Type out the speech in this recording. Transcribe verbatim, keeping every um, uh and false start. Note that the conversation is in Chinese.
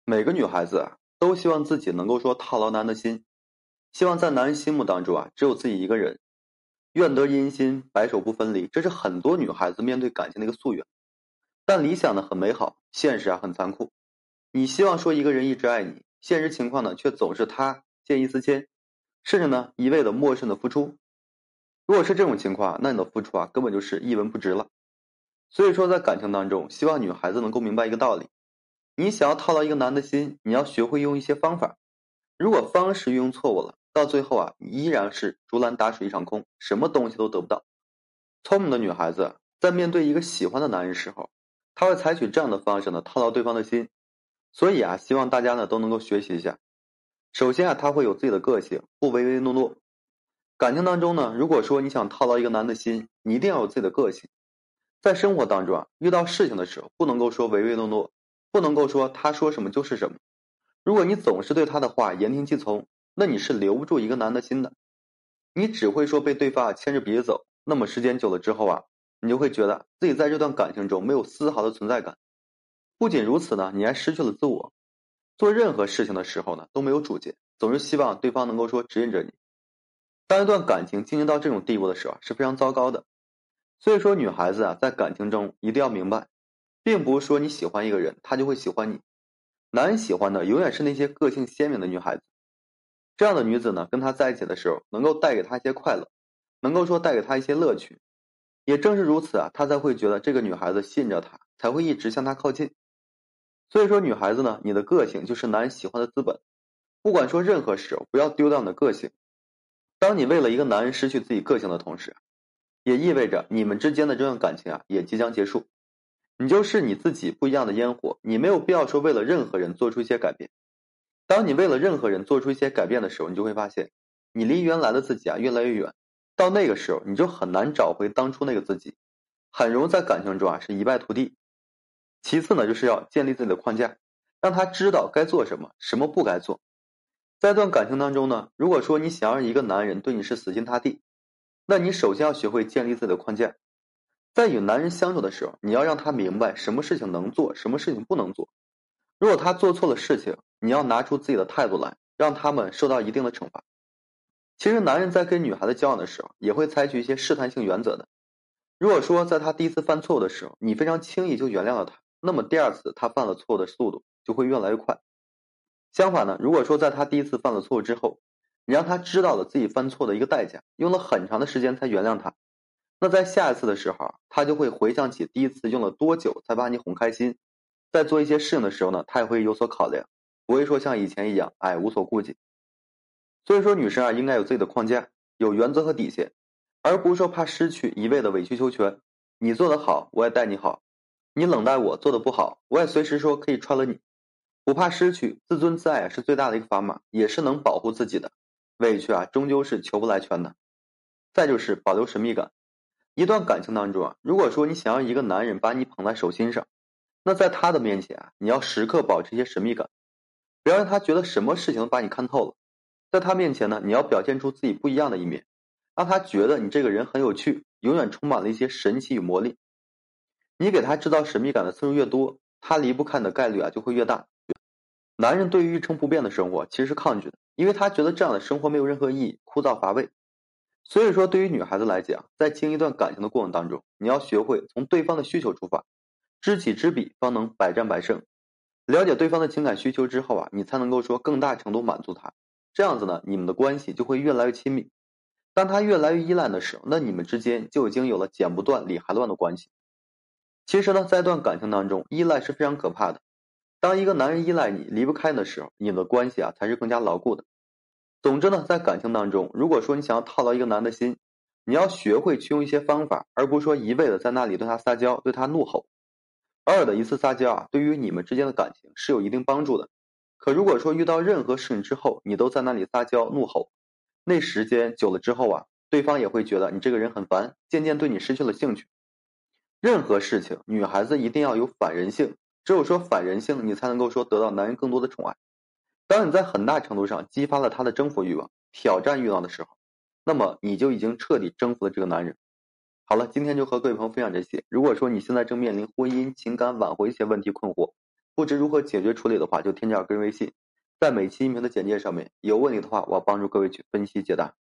每个女孩子啊，都希望自己能够说套牢男的心，希望在男人心目当中啊，只有自己一个人，愿得一心，白首不分离，这是很多女孩子面对感情的一个夙愿。但理想呢很美好，现实啊很残酷。你希望说一个人一直爱你，现实情况呢却总是他见异思迁，甚至呢一味的陌生的付出。如果是这种情况，那你的付出啊根本就是一文不值了。所以说在感情当中，希望女孩子能够明白一个道理。你想要套牢一个男的心，你要学会用一些方法。如果方式运用错误了，到最后啊，你依然是竹篮打水一场空，什么东西都得不到。聪明的女孩子在面对一个喜欢的男人时候，她会采取这样的方式呢，套牢对方的心。所以啊，希望大家呢都能够学习一下。首先啊，她会有自己的个性，不唯唯诺诺。感情当中呢，如果说你想套牢一个男的心，你一定要有自己的个性。在生活当中啊，遇到事情的时候，不能够说唯唯诺诺，不能够说他说什么就是什么。如果你总是对他的话言听计从，那你是留不住一个男的心的，你只会说被对方牵着鼻子走。那么时间久了之后啊，你就会觉得自己在这段感情中没有丝毫的存在感。不仅如此呢，你还失去了自我，做任何事情的时候呢都没有主见，总是希望对方能够说指引着你。当一段感情进行到这种地步的时候啊，是非常糟糕的。所以说女孩子啊，在感情中一定要明白，并不是说你喜欢一个人，他就会喜欢你。男人喜欢的永远是那些个性鲜明的女孩子。这样的女子呢，跟他在一起的时候，能够带给他一些快乐，能够说带给他一些乐趣。也正是如此啊，他才会觉得这个女孩子吸引着他，才会一直向他靠近。所以说女孩子呢，你的个性就是男人喜欢的资本。不管说任何时候，不要丢掉你的个性。当你为了一个男人失去自己个性的同时，也意味着你们之间的这段感情啊，也即将结束。你就是你自己不一样的烟火，你没有必要说为了任何人做出一些改变。当你为了任何人做出一些改变的时候，你就会发现，你离原来的自己啊越来越远。到那个时候，你就很难找回当初那个自己，很容易在感情中啊是一败涂地。其次呢，就是要建立自己的框架，让他知道该做什么，什么不该做。在一段感情当中呢，如果说你想让一个男人对你是死心塌地，那你首先要学会建立自己的框架。在与男人相处的时候，你要让他明白什么事情能做，什么事情不能做。如果他做错了事情，你要拿出自己的态度来，让他们受到一定的惩罚。其实男人在跟女孩子交往的时候，也会采取一些试探性原则的。如果说在他第一次犯错误的时候，你非常轻易就原谅了他，那么第二次他犯了错误的速度就会越来越快。相反呢，如果说在他第一次犯了错误之后，你让他知道了自己犯错的一个代价，用了很长的时间才原谅他，那在下一次的时候，他就会回想起第一次用了多久才把你哄开心。在做一些事情的时候呢，他也会有所考量，不会说像以前一样，哎，无所顾忌。所以说，女生啊，应该有自己的框架，有原则和底线，而不是说怕失去，一味的委曲求全。你做得好，我也待你好；你冷待我，做得不好，我也随时说可以穿了你。不怕失去，自尊自爱是最大的一个砝码，也是能保护自己的。委屈啊，终究是求不来全的。再就是保留神秘感。一段感情当中啊，如果说你想让一个男人把你捧在手心上，那在他的面前啊，你要时刻保持一些神秘感，不要让他觉得什么事情都把你看透了。在他面前呢，你要表现出自己不一样的一面，让他觉得你这个人很有趣，永远充满了一些神奇与魔力。你给他制造神秘感的次数越多，他离不开你的概率啊就会越大。男人对于一成不变的生活其实是抗拒的，因为他觉得这样的生活没有任何意义，枯燥乏味。所以说，对于女孩子来讲，在经营一段感情的过程当中，你要学会从对方的需求出发，知己知彼，方能百战百胜。了解对方的情感需求之后啊，你才能够说更大程度满足他。这样子呢，你们的关系就会越来越亲密。当他越来越依赖的时候，那你们之间就已经有了剪不断理还乱的关系。其实呢，在一段感情当中，依赖是非常可怕的。当一个男人依赖你，离不开你的时候，你们的关系啊才是更加牢固的。总之呢，在感情当中，如果说你想要套牢一个男的心，你要学会去用一些方法，而不是说一味的在那里对他撒娇，对他怒吼。偶尔的一次撒娇啊，对于你们之间的感情是有一定帮助的。可如果说遇到任何事情之后，你都在那里撒娇怒吼，那时间久了之后啊，对方也会觉得你这个人很烦，渐渐对你失去了兴趣。任何事情，女孩子一定要有反人性，只有说反人性，你才能够说得到男人更多的宠爱。当你在很大程度上激发了他的征服欲望、挑战欲望的时候，那么你就已经彻底征服了这个男人。好了，今天就和各位朋友分享这些。如果说你现在正面临婚姻、情感挽回一些问题困惑， 不知如何解决处理的话，就添加个人微信，在每期音频的简介上面，有问题的话，我帮助各位去分析解答。